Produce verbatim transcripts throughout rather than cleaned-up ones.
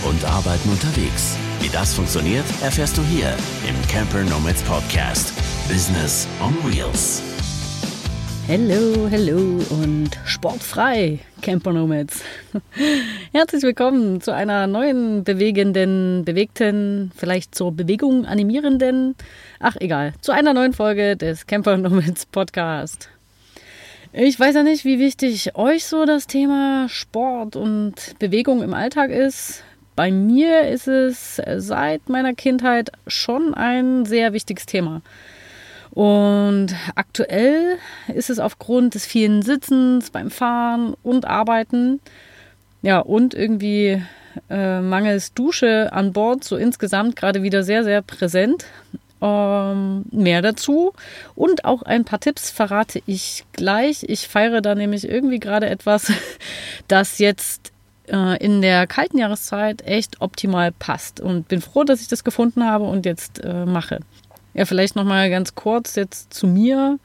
und Arbeiten unterwegs. Wie das funktioniert, erfährst du hier im Camper Nomads Podcast. Business on Wheels. Hallo, hallo und sportfrei, Camper Nomads. Herzlich willkommen zu einer neuen bewegenden, bewegten, vielleicht zur Bewegung animierenden, ach egal, zu einer neuen Folge des Camper Nomads Podcast. Ich weiß ja nicht, wie wichtig euch so das Thema Sport und Bewegung im Alltag ist. Bei mir ist es seit meiner Kindheit schon ein sehr wichtiges Thema. Und aktuell ist es aufgrund des vielen Sitzens beim Fahren und Arbeiten, ja, und irgendwie äh, mangels Dusche an Bord so insgesamt gerade wieder sehr, sehr präsent. Ähm, mehr dazu und auch ein paar Tipps verrate ich gleich. Ich feiere da nämlich irgendwie gerade etwas, das jetzt äh, in der kalten Jahreszeit echt optimal passt und bin froh, dass ich das gefunden habe und jetzt äh, mache. Ja, vielleicht nochmal ganz kurz jetzt zu mir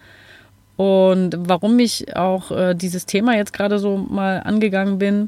und warum ich auch äh, dieses Thema jetzt gerade so mal angegangen bin.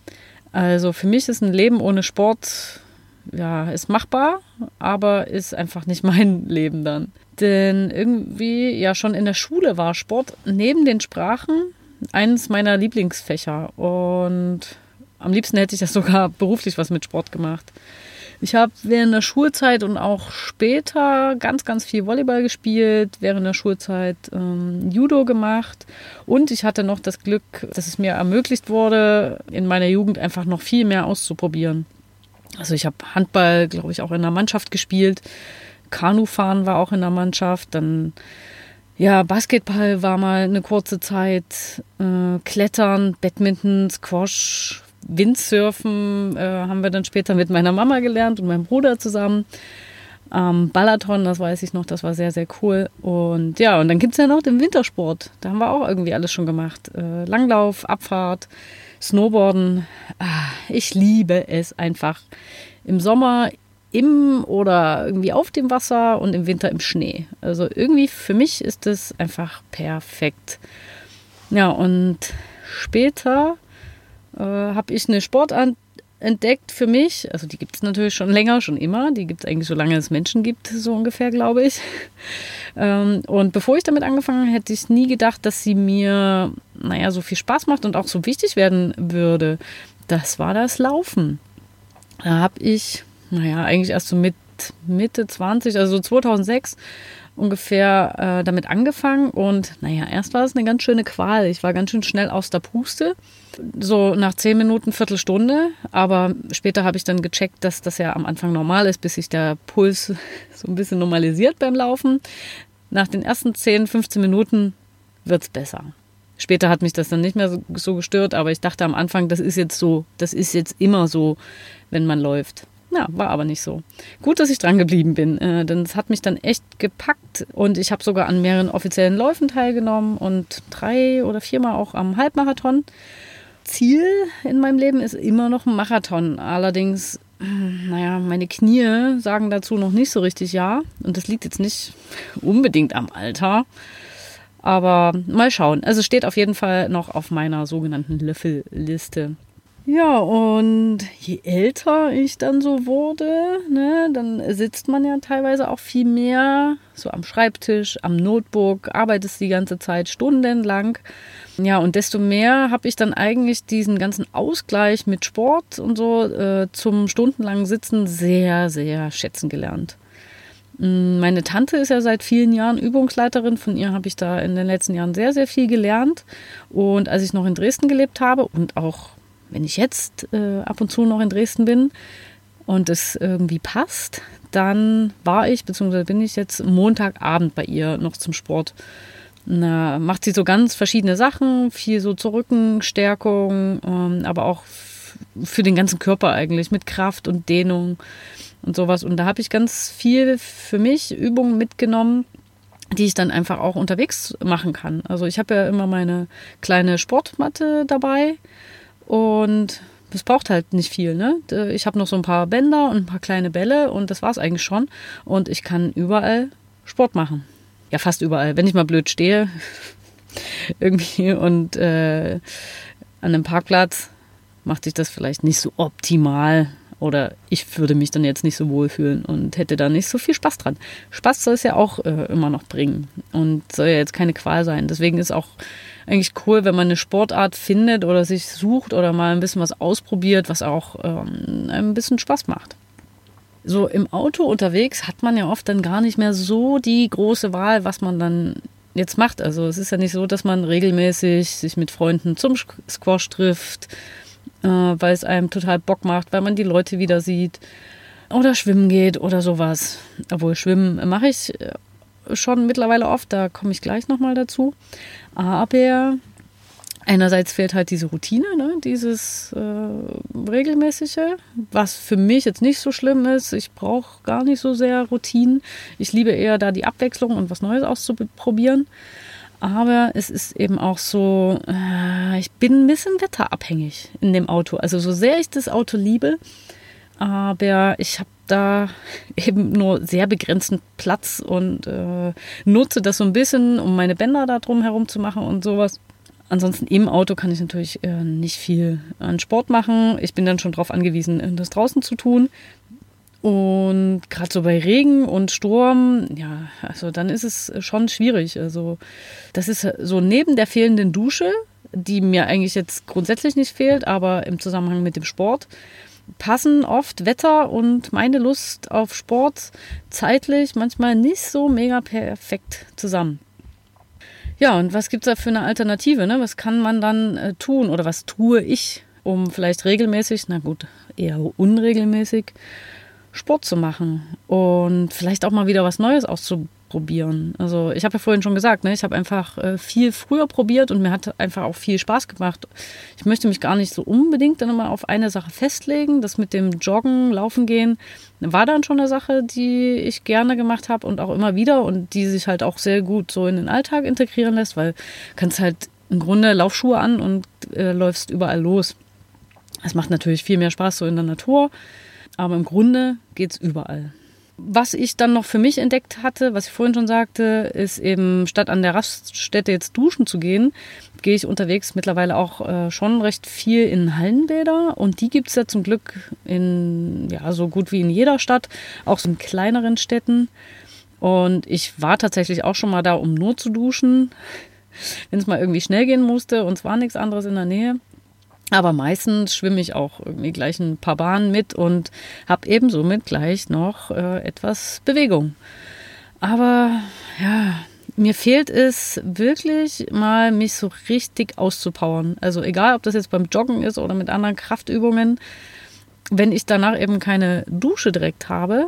Also für mich ist ein Leben ohne Sport, ja, ist machbar, aber ist einfach nicht mein Leben dann. Denn irgendwie, ja, schon in der Schule war Sport neben den Sprachen eines meiner Lieblingsfächer und am liebsten hätte ich das sogar beruflich was mit Sport gemacht. Ich habe während der Schulzeit und auch später ganz, ganz viel Volleyball gespielt, während der Schulzeit ähm, Judo gemacht und ich hatte noch das Glück, dass es mir ermöglicht wurde, in meiner Jugend einfach noch viel mehr auszuprobieren. Also ich habe Handball, glaube ich, auch in der Mannschaft gespielt, Kanufahren war auch in der Mannschaft, dann ja, Basketball war mal eine kurze Zeit, äh, Klettern, Badminton, Squash, Windsurfen äh, haben wir dann später mit meiner Mama gelernt und meinem Bruder zusammen. Ähm, Balaton, das weiß ich noch, das war sehr, sehr cool. Und ja, und dann gibt es ja noch den Wintersport. Da haben wir auch irgendwie alles schon gemacht. Äh, Langlauf, Abfahrt, Snowboarden. Ah, ich liebe es einfach. Im Sommer im oder irgendwie auf dem Wasser und im Winter im Schnee. Also irgendwie für mich ist das einfach perfekt. Ja, und später Äh, habe ich eine Sportart entdeckt für mich. Also die gibt es natürlich schon länger, schon immer. Die gibt es eigentlich so lange es Menschen gibt, so ungefähr, glaube ich. ähm, und bevor ich damit angefangen habe, hätte ich nie gedacht, dass sie mir, naja, so viel Spaß macht und auch so wichtig werden würde. Das war das Laufen. Da habe ich, naja, eigentlich erst so mit Mitte zwanzig, also so zweitausendsechs ungefähr äh, damit angefangen und naja, erst war es eine ganz schöne Qual. Ich war ganz schön schnell aus der Puste, so nach zehn Minuten, Viertelstunde, aber später habe ich dann gecheckt, dass das ja am Anfang normal ist, bis sich der Puls so ein bisschen normalisiert beim Laufen. Nach den ersten zehn, fünfzehn Minuten wird es besser. Später hat mich das dann nicht mehr so, so gestört, aber ich dachte am Anfang, das ist jetzt so, das ist jetzt immer so, wenn man läuft. Ja, war aber nicht so. Gut, dass ich dran geblieben bin, äh, denn es hat mich dann echt gepackt und ich habe sogar an mehreren offiziellen Läufen teilgenommen und drei oder viermal auch am Halbmarathon. Ziel in meinem Leben ist immer noch ein Marathon. Allerdings, naja, meine Knie sagen dazu noch nicht so richtig ja und das liegt jetzt nicht unbedingt am Alter. Aber mal schauen. Also steht auf jeden Fall noch auf meiner sogenannten Löffelliste. Ja, und je älter ich dann so wurde, ne, dann sitzt man ja teilweise auch viel mehr so am Schreibtisch, am Notebook, arbeitest die ganze Zeit stundenlang. Ja, und desto mehr habe ich dann eigentlich diesen ganzen Ausgleich mit Sport und so äh, zum stundenlangen Sitzen sehr, sehr schätzen gelernt. Meine Tante ist ja seit vielen Jahren Übungsleiterin. Von ihr habe ich da in den letzten Jahren sehr, sehr viel gelernt. Und als ich noch in Dresden gelebt habe und auch wenn ich jetzt äh, ab und zu noch in Dresden bin und es irgendwie passt, dann war ich, beziehungsweise bin ich jetzt Montagabend bei ihr noch zum Sport. Na, macht sie so ganz verschiedene Sachen, viel so zur Rückenstärkung, ähm, aber auch f- für den ganzen Körper eigentlich, mit Kraft und Dehnung und sowas. Und da habe ich ganz viel für mich Übungen mitgenommen, die ich dann einfach auch unterwegs machen kann. Also ich habe ja immer meine kleine Sportmatte dabei. Und es braucht halt nicht viel, ne? Ich habe noch so ein paar Bänder und ein paar kleine Bälle und das war es eigentlich schon. Und ich kann überall Sport machen. Ja, fast überall. Wenn ich mal blöd stehe irgendwie und äh, an einem Parkplatz macht sich das vielleicht nicht so optimal Oder ich würde mich dann jetzt nicht so wohl fühlen und hätte da nicht so viel Spaß dran. Spaß soll es ja auch äh, immer noch bringen und soll ja jetzt keine Qual sein. Deswegen ist auch eigentlich cool, wenn man eine Sportart findet oder sich sucht oder mal ein bisschen was ausprobiert, was auch ähm, ein bisschen Spaß macht. So im Auto unterwegs hat man ja oft dann gar nicht mehr so die große Wahl, was man dann jetzt macht. Also es ist ja nicht so, dass man regelmäßig sich mit Freunden zum Squash trifft, weil es einem total Bock macht, weil man die Leute wieder sieht oder schwimmen geht oder sowas. Obwohl Schwimmen mache ich schon mittlerweile oft, da komme ich gleich nochmal dazu. Aber einerseits fehlt halt diese Routine, ne? Dieses äh, regelmäßige, was für mich jetzt nicht so schlimm ist. Ich brauche gar nicht so sehr Routinen. Ich liebe eher da die Abwechslung und was Neues auszuprobieren. Aber es ist eben auch so, äh, ich bin ein bisschen wetterabhängig in dem Auto. Also so sehr ich das Auto liebe, aber ich habe da eben nur sehr begrenzten Platz und äh, nutze das so ein bisschen, um meine Bänder da drum herum zu machen und sowas. Ansonsten im Auto kann ich natürlich äh, nicht viel an Sport machen. Ich bin dann schon darauf angewiesen, das draußen zu tun. Und gerade so bei Regen und Sturm, ja, also dann ist es schon schwierig. Also das ist so neben der fehlenden Dusche, die mir eigentlich jetzt grundsätzlich nicht fehlt, aber im Zusammenhang mit dem Sport, passen oft Wetter und meine Lust auf Sport zeitlich manchmal nicht so mega perfekt zusammen. Ja, und was gibt es da für eine Alternative? Ne? Was kann man dann äh, tun oder was tue ich, um vielleicht regelmäßig, na gut, eher unregelmäßig, Sport zu machen und vielleicht auch mal wieder was Neues auszuprobieren. Also ich habe ja vorhin schon gesagt, ne, ich habe einfach äh, viel früher probiert und mir hat einfach auch viel Spaß gemacht. Ich möchte mich gar nicht so unbedingt dann immer auf eine Sache festlegen. Das mit dem Joggen, Laufen gehen war dann schon eine Sache, die ich gerne gemacht habe und auch immer wieder und die sich halt auch sehr gut so in den Alltag integrieren lässt, weil du kannst halt im Grunde Laufschuhe an und äh, läufst überall los. Es macht natürlich viel mehr Spaß so in der Natur. Aber im Grunde geht es überall. Was ich dann noch für mich entdeckt hatte, was ich vorhin schon sagte, ist eben, statt an der Raststätte jetzt duschen zu gehen, gehe ich unterwegs mittlerweile auch äh, schon recht viel in Hallenbäder. Und die gibt es ja zum Glück in, ja, so gut wie in jeder Stadt, auch so in kleineren Städten. Und ich war tatsächlich auch schon mal da, um nur zu duschen, wenn es mal irgendwie schnell gehen musste und es war nichts anderes in der Nähe. Aber meistens schwimme ich auch irgendwie gleich ein paar Bahnen mit und habe eben somit gleich noch äh, etwas Bewegung. Aber ja, mir fehlt es wirklich mal, mich so richtig auszupowern. Also egal, ob das jetzt beim Joggen ist oder mit anderen Kraftübungen. Wenn ich danach eben keine Dusche direkt habe,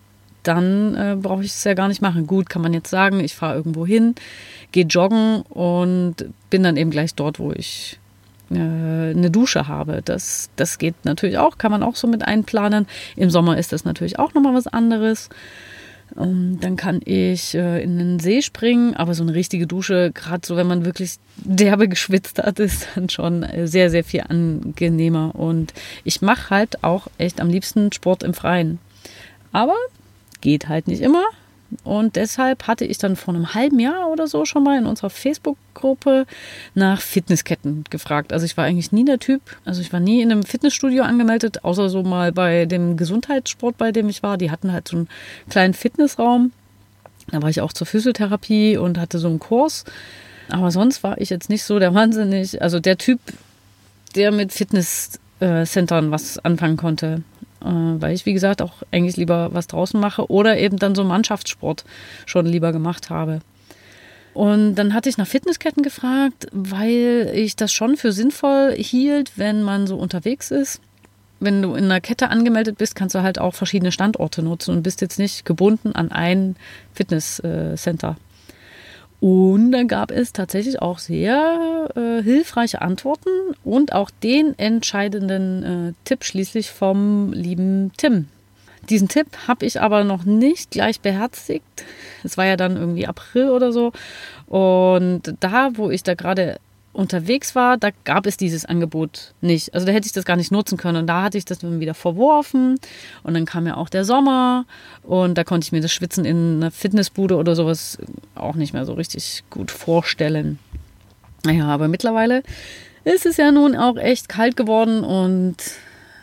dann äh, brauche ich es ja gar nicht machen. Gut, kann man jetzt sagen, ich fahre irgendwo hin, gehe joggen und bin dann eben gleich dort, wo ich eine Dusche habe. Das, das geht natürlich auch, kann man auch so mit einplanen. Im Sommer ist das natürlich auch nochmal was anderes. Um, dann kann ich äh, in den See springen, aber so eine richtige Dusche, gerade so, wenn man wirklich derbe geschwitzt hat, ist dann schon sehr, sehr viel angenehmer. Und ich mache halt auch echt am liebsten Sport im Freien. Aber geht halt nicht immer. Und deshalb hatte ich dann vor einem halben Jahr oder so schon mal in unserer Facebook-Gruppe nach Fitnessketten gefragt. Also ich war eigentlich nie der Typ, also ich war nie in einem Fitnessstudio angemeldet, außer so mal bei dem Gesundheitssport, bei dem ich war. Die hatten halt so einen kleinen Fitnessraum. Da war ich auch zur Physiotherapie und hatte so einen Kurs. Aber sonst war ich jetzt nicht so der Wahnsinnig, also der Typ, der mit Fitnesscentern was anfangen konnte. Weil ich, wie gesagt, auch eigentlich lieber was draußen mache oder eben dann so Mannschaftssport schon lieber gemacht habe. Und dann hatte ich nach Fitnessketten gefragt, weil ich das schon für sinnvoll hielt, wenn man so unterwegs ist. Wenn du in einer Kette angemeldet bist, kannst du halt auch verschiedene Standorte nutzen und bist jetzt nicht gebunden an ein Fitnesscenter. Und dann gab es tatsächlich auch sehr äh, hilfreiche Antworten und auch den entscheidenden äh, Tipp schließlich vom lieben Tim. Diesen Tipp habe ich aber noch nicht gleich beherzigt. Es war ja dann irgendwie April oder so. Und da, wo ich da gerade unterwegs war, da gab es dieses Angebot nicht. Also da hätte ich das gar nicht nutzen können. Und da hatte ich das dann wieder verworfen. Und dann kam ja auch der Sommer. Und da konnte ich mir das Schwitzen in einer Fitnessbude oder sowas auch nicht mehr so richtig gut vorstellen. Naja, aber mittlerweile ist es ja nun auch echt kalt geworden. Und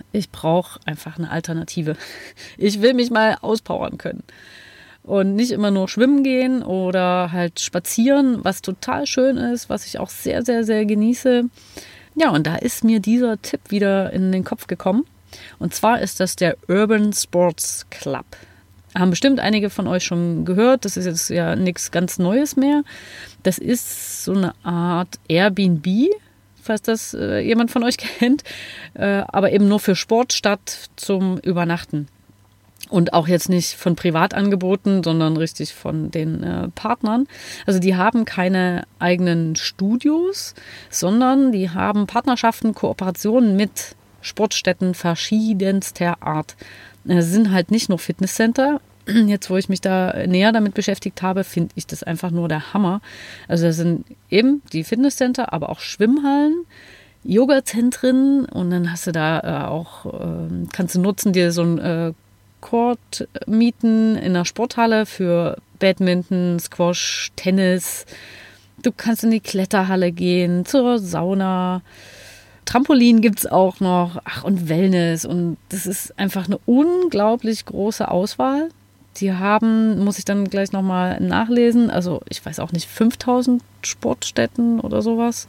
ich brauche einfach eine Alternative. Ich will mich mal auspowern können. Und nicht immer nur schwimmen gehen oder halt spazieren, was total schön ist, was ich auch sehr, sehr, sehr genieße. Ja, und da ist mir dieser Tipp wieder in den Kopf gekommen. Und zwar ist das der Urban Sports Club. Haben bestimmt einige von euch schon gehört. Das ist jetzt ja nichts ganz Neues mehr. Das ist so eine Art Airbnb, falls das äh, jemand von euch kennt, äh, aber eben nur für Sport statt zum Übernachten. Und auch jetzt nicht von Privatangeboten, sondern richtig von den äh, Partnern. Also die haben keine eigenen Studios, sondern die haben Partnerschaften, Kooperationen mit Sportstätten verschiedenster Art. Es sind halt nicht nur Fitnesscenter. Jetzt, wo ich mich da näher damit beschäftigt habe, finde ich das einfach nur der Hammer. Also das sind eben die Fitnesscenter, aber auch Schwimmhallen, Yogazentren und dann hast du da äh, auch, äh, kannst du nutzen, dir so ein äh, Court mieten in einer Sporthalle für Badminton, Squash, Tennis. Du kannst in die Kletterhalle gehen, zur Sauna. Trampolin gibt es auch noch. Ach, und Wellness. Und das ist einfach eine unglaublich große Auswahl. Die haben, muss ich dann gleich nochmal nachlesen, also ich weiß auch nicht, fünftausend Sportstätten oder sowas.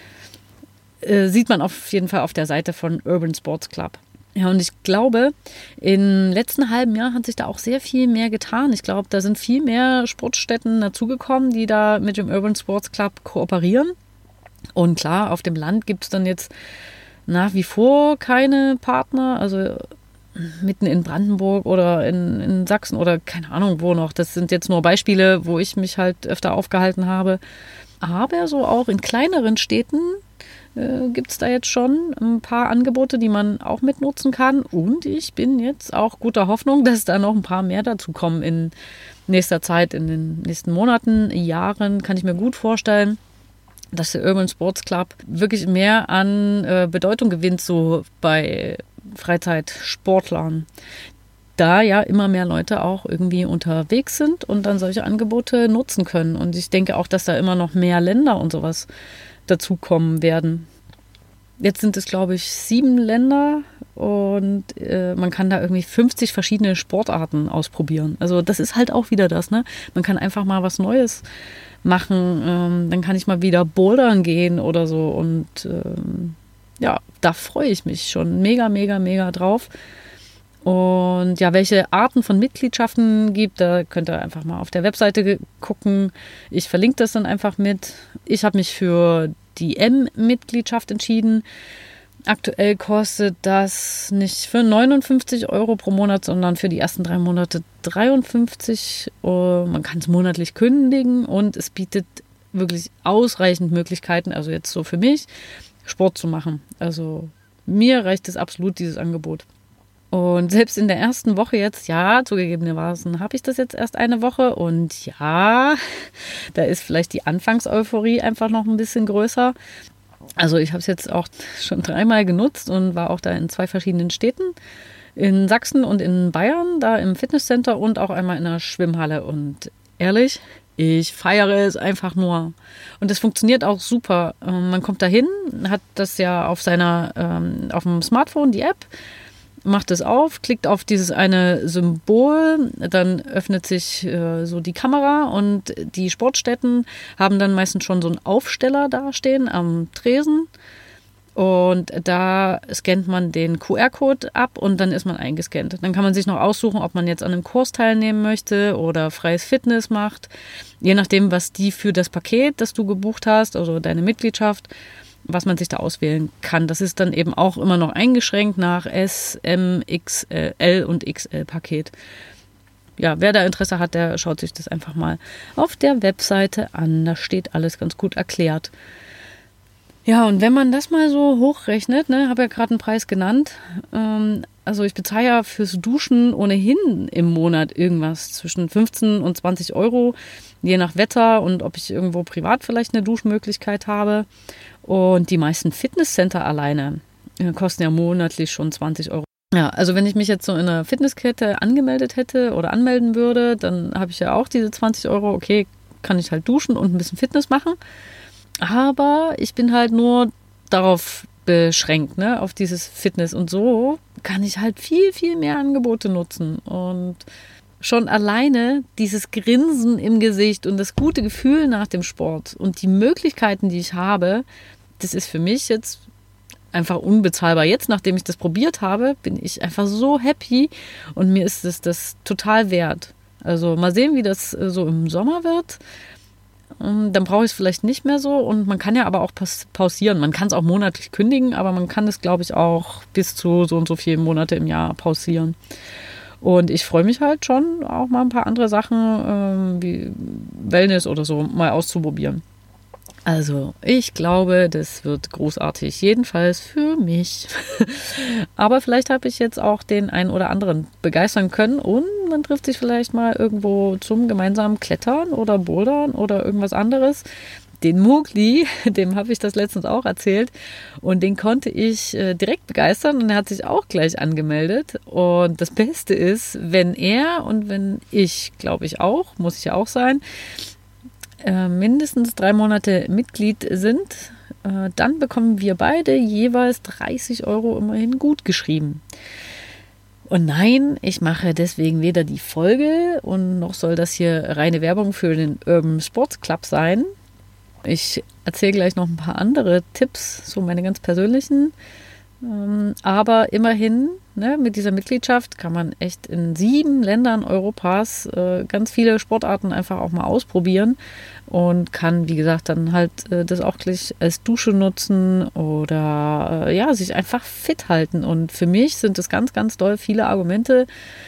Äh, sieht man auf jeden Fall auf der Seite von Urban Sports Club. Ja, und ich glaube, im letzten halben Jahr hat sich da auch sehr viel mehr getan. Ich glaube, da sind viel mehr Sportstätten dazugekommen, die da mit dem Urban Sports Club kooperieren. Und klar, auf dem Land gibt es dann jetzt nach wie vor keine Partner, also mitten in Brandenburg oder in, in Sachsen oder keine Ahnung wo noch. Das sind jetzt nur Beispiele, wo ich mich halt öfter aufgehalten habe. Aber so auch in kleineren Städten äh, gibt es da jetzt schon ein paar Angebote, die man auch mitnutzen kann. Und ich bin jetzt auch guter Hoffnung, dass da noch ein paar mehr dazu kommen in nächster Zeit, in den nächsten Monaten, Jahren, kann ich mir gut vorstellen, dass der Urban Sports Club wirklich mehr an äh, Bedeutung gewinnt, so bei Freizeitsportlern, da ja immer mehr Leute auch irgendwie unterwegs sind und dann solche Angebote nutzen können. Und ich denke auch, dass da immer noch mehr Länder und sowas dazukommen werden. Jetzt sind es, glaube ich, sieben Länder und äh, man kann da irgendwie fünfzig verschiedene Sportarten ausprobieren. Also das ist halt auch wieder das, ne? Man kann einfach mal was Neues machen. Ähm, dann kann ich mal wieder bouldern gehen oder so und ähm, ja, da freue ich mich schon mega, mega, mega drauf. Und ja, welche Arten von Mitgliedschaften gibt, da könnt ihr einfach mal auf der Webseite gucken. Ich verlinke das dann einfach mit. Ich habe mich für die M-Mitgliedschaft entschieden. Aktuell kostet das nicht für neunundfünfzig Euro pro Monat, sondern für die ersten drei Monate dreiundfünfzig. Man kann es monatlich kündigen und es bietet wirklich ausreichend Möglichkeiten, also jetzt so für mich, Sport zu machen. Also mir reicht es absolut, dieses Angebot. Und selbst in der ersten Woche jetzt, ja, zugegebenermaßen habe ich das jetzt erst eine Woche und ja, da ist vielleicht die Anfangseuphorie einfach noch ein bisschen größer. Also ich habe es jetzt auch schon dreimal genutzt und war auch da in zwei verschiedenen Städten, in Sachsen und in Bayern, da im Fitnesscenter und auch einmal in der Schwimmhalle. Und ehrlich, ich feiere es einfach nur. Und es funktioniert auch super. Man kommt da hin, hat das ja auf seiner, auf dem Smartphone, die App, macht es auf, klickt auf dieses eine Symbol, dann öffnet sich äh, so die Kamera und die Sportstätten haben dann meistens schon so einen Aufsteller dastehen am Tresen und da scannt man den Q R-Code ab und dann ist man eingescannt. Dann kann man sich noch aussuchen, ob man jetzt an einem Kurs teilnehmen möchte oder freies Fitness macht, je nachdem, was die für das Paket, das du gebucht hast, also deine Mitgliedschaft, was man sich da auswählen kann. Das ist dann eben auch immer noch eingeschränkt nach S, M, X L und X L-Paket. Ja, wer da Interesse hat, der schaut sich das einfach mal auf der Webseite an. Da steht alles ganz gut erklärt. Ja, und wenn man das mal so hochrechnet, ne, habe ja gerade einen Preis genannt, ähm, also ich bezahle ja fürs Duschen ohnehin im Monat irgendwas zwischen fünfzehn und zwanzig Euro, je nach Wetter und ob ich irgendwo privat vielleicht eine Duschmöglichkeit habe. Und die meisten Fitnesscenter alleine kosten ja monatlich schon zwanzig Euro. Ja, also wenn ich mich jetzt so in einer Fitnesskette angemeldet hätte oder anmelden würde, dann habe ich ja auch diese zwanzig Euro. Okay, kann ich halt duschen und ein bisschen Fitness machen. Aber ich bin halt nur darauf beschränkt, ne, auf dieses Fitness. Und so kann ich halt viel, viel mehr Angebote nutzen. Und schon alleine dieses Grinsen im Gesicht und das gute Gefühl nach dem Sport und die Möglichkeiten, die ich habe, das ist für mich jetzt einfach unbezahlbar. Jetzt, nachdem ich das probiert habe, bin ich einfach so happy und mir ist es das total wert. Also mal sehen, wie das so im Sommer wird. Dann brauche ich es vielleicht nicht mehr so und man kann ja aber auch pausieren. Man kann es auch monatlich kündigen, aber man kann es, glaube ich, auch bis zu so und so vielen Monate im Jahr pausieren. Und ich freue mich halt schon, auch mal ein paar andere Sachen ähm, wie Wellness oder so mal auszuprobieren. Also ich glaube, das wird großartig, jedenfalls für mich. Aber vielleicht habe ich jetzt auch den einen oder anderen begeistern können und man trifft sich vielleicht mal irgendwo zum gemeinsamen Klettern oder Bouldern oder irgendwas anderes. Den Mugli, dem habe ich das letztens auch erzählt und den konnte ich äh, direkt begeistern und er hat sich auch gleich angemeldet. Und das Beste ist, wenn er und wenn ich, glaube ich auch, muss ich ja auch sein, äh, mindestens drei Monate Mitglied sind, äh, dann bekommen wir beide jeweils dreißig Euro immerhin gut geschrieben. Und nein, ich mache deswegen weder die Folge und noch soll das hier reine Werbung für den Urban Sports Club sein. Ich erzähle gleich noch ein paar andere Tipps, so meine ganz persönlichen. Aber immerhin, ne, mit dieser Mitgliedschaft kann man echt in sieben Ländern Europas äh, ganz viele Sportarten einfach auch mal ausprobieren und kann, wie gesagt, dann halt äh, das auch gleich als Dusche nutzen oder äh, ja, sich einfach fit halten. Und für mich sind es ganz, ganz doll viele Argumente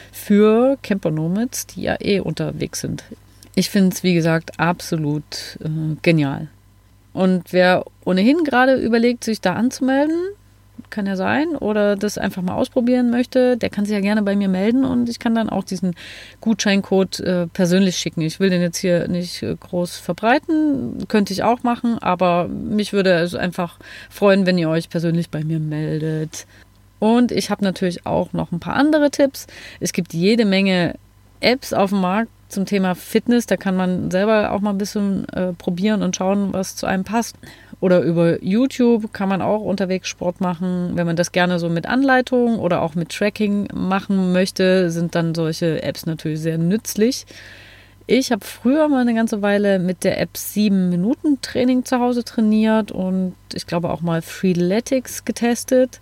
für Camper Nomads, die ja eh unterwegs sind. Ich finde es, wie gesagt, absolut äh, genial. Und wer ohnehin gerade überlegt, sich da anzumelden, kann ja sein, oder das einfach mal ausprobieren möchte, der kann sich ja gerne bei mir melden und ich kann dann auch diesen Gutscheincode äh, persönlich schicken. Ich will den jetzt hier nicht äh, groß verbreiten, könnte ich auch machen, aber mich würde es einfach freuen, wenn ihr euch persönlich bei mir meldet. Und ich habe natürlich auch noch ein paar andere Tipps. Es gibt jede Menge Apps auf dem Markt zum Thema Fitness, da kann man selber auch mal ein bisschen äh, probieren und schauen, was zu einem passt. Oder über YouTube kann man auch unterwegs Sport machen. Wenn man das gerne so mit Anleitung oder auch mit Tracking machen möchte, sind dann solche Apps natürlich sehr nützlich. Ich habe früher mal eine ganze Weile mit der App sieben Minuten Training zu Hause trainiert und ich glaube auch mal Freeletics getestet.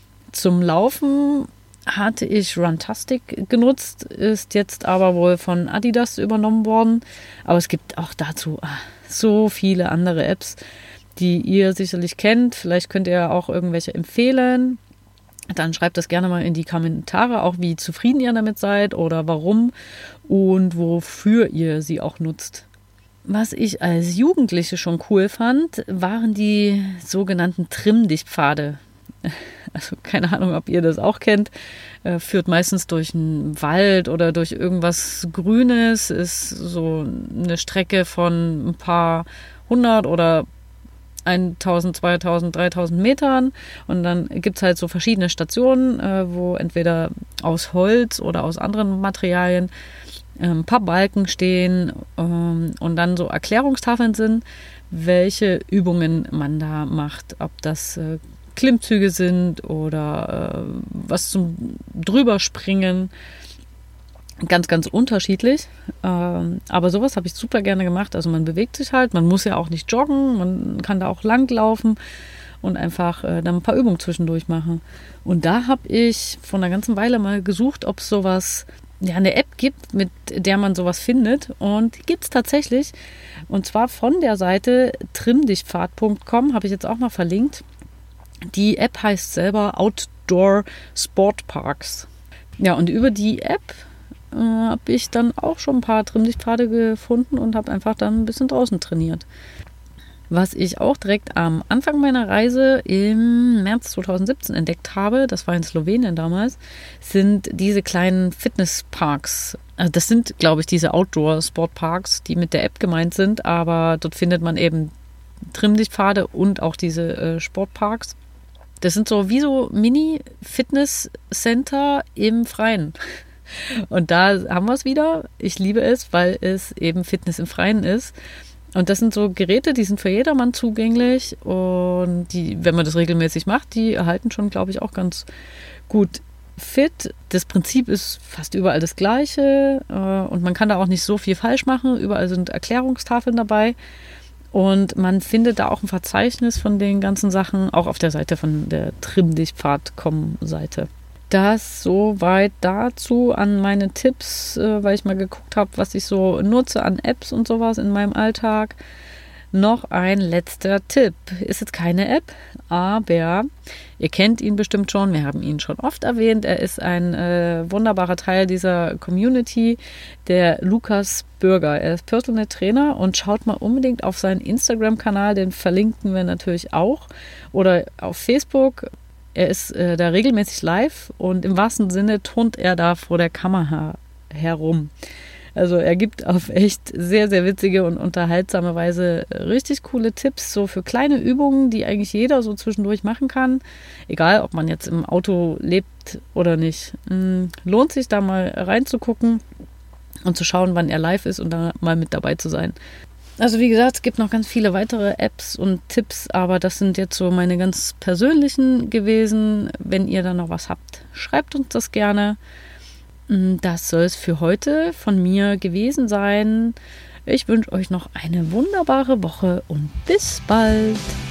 Zum Laufen hatte ich Runtastic genutzt, ist jetzt aber wohl von Adidas übernommen worden. Aber es gibt auch dazu so viele andere Apps, die ihr sicherlich kennt. Vielleicht könnt ihr auch irgendwelche empfehlen. Dann schreibt das gerne mal in die Kommentare, auch wie zufrieden ihr damit seid oder warum und wofür ihr sie auch nutzt. Was ich als Jugendliche schon cool fand, waren die sogenannten Trimm-dich-Pfade. Also keine Ahnung, ob ihr das auch kennt. Äh, führt meistens durch einen Wald oder durch irgendwas Grünes. Ist so eine Strecke von ein paar hundert oder tausend, zweitausend, dreitausend Metern und dann gibt es halt so verschiedene Stationen, äh, wo entweder aus Holz oder aus anderen Materialien äh, ein paar Balken stehen ähm, und dann so Erklärungstafeln sind, welche Übungen man da macht, ob das äh, Klimmzüge sind oder äh, was zum Drüberspringen. Ganz, ganz unterschiedlich. Ähm, aber sowas habe ich super gerne gemacht. Also man bewegt sich halt, man muss ja auch nicht joggen, man kann da auch langlaufen und einfach äh, dann ein paar Übungen zwischendurch machen. Und da habe ich vor einer ganzen Weile mal gesucht, ob es sowas, ja, eine App gibt, mit der man sowas findet. Und die gibt es tatsächlich. Und zwar von der Seite trimmdichpfad punkt com, habe ich jetzt auch mal verlinkt. Die App heißt selber Outdoor Sport Parks. Ja, und über die App äh, habe ich dann auch schon ein paar Trimm-dich-Pfade gefunden und habe einfach dann ein bisschen draußen trainiert. Was ich auch direkt am Anfang meiner Reise im März zweitausendsiebzehn entdeckt habe, das war in Slowenien damals, sind diese kleinen Fitnessparks. Also das sind, glaube ich, diese Outdoor-Sportparks, die mit der App gemeint sind, aber dort findet man eben Trimm-dich-Pfade und auch diese äh, Sportparks. Das sind so wie so Mini-Fitness-Center im Freien. Und da haben wir es wieder. Ich liebe es, weil es eben Fitness im Freien ist. Und das sind so Geräte, die sind für jedermann zugänglich. Und die, wenn man das regelmäßig macht, die erhalten schon, glaube ich, auch ganz gut fit. Das Prinzip ist fast überall das gleiche äh, und man kann da auch nicht so viel falsch machen. Überall sind Erklärungstafeln dabei und man findet da auch ein Verzeichnis von den ganzen Sachen, auch auf der Seite von der trimm dich pfad punkt com Seite. Das soweit dazu an meine Tipps, äh, weil ich mal geguckt habe, was ich so nutze an Apps und sowas in meinem Alltag. Noch ein letzter Tipp. Ist jetzt keine App, aber ihr kennt ihn bestimmt schon. Wir haben ihn schon oft erwähnt. Er ist ein äh, wunderbarer Teil dieser Community, der Lukas Bürger. Er ist Personal Trainer und schaut mal unbedingt auf seinen Instagram-Kanal. Den verlinken wir natürlich auch. Oder auf Facebook. Er ist äh, da regelmäßig live und im wahrsten Sinne turnt er da vor der Kamera herum. Also er gibt auf echt sehr, sehr witzige und unterhaltsame Weise richtig coole Tipps, so für kleine Übungen, die eigentlich jeder so zwischendurch machen kann. Egal, ob man jetzt im Auto lebt oder nicht. Lohnt sich da mal reinzugucken und zu schauen, wann er live ist und da mal mit dabei zu sein. Also wie gesagt, es gibt noch ganz viele weitere Apps und Tipps, aber das sind jetzt so meine ganz persönlichen gewesen. Wenn ihr da noch was habt, schreibt uns das gerne. Das soll es für heute von mir gewesen sein. Ich wünsche euch noch eine wunderbare Woche und bis bald.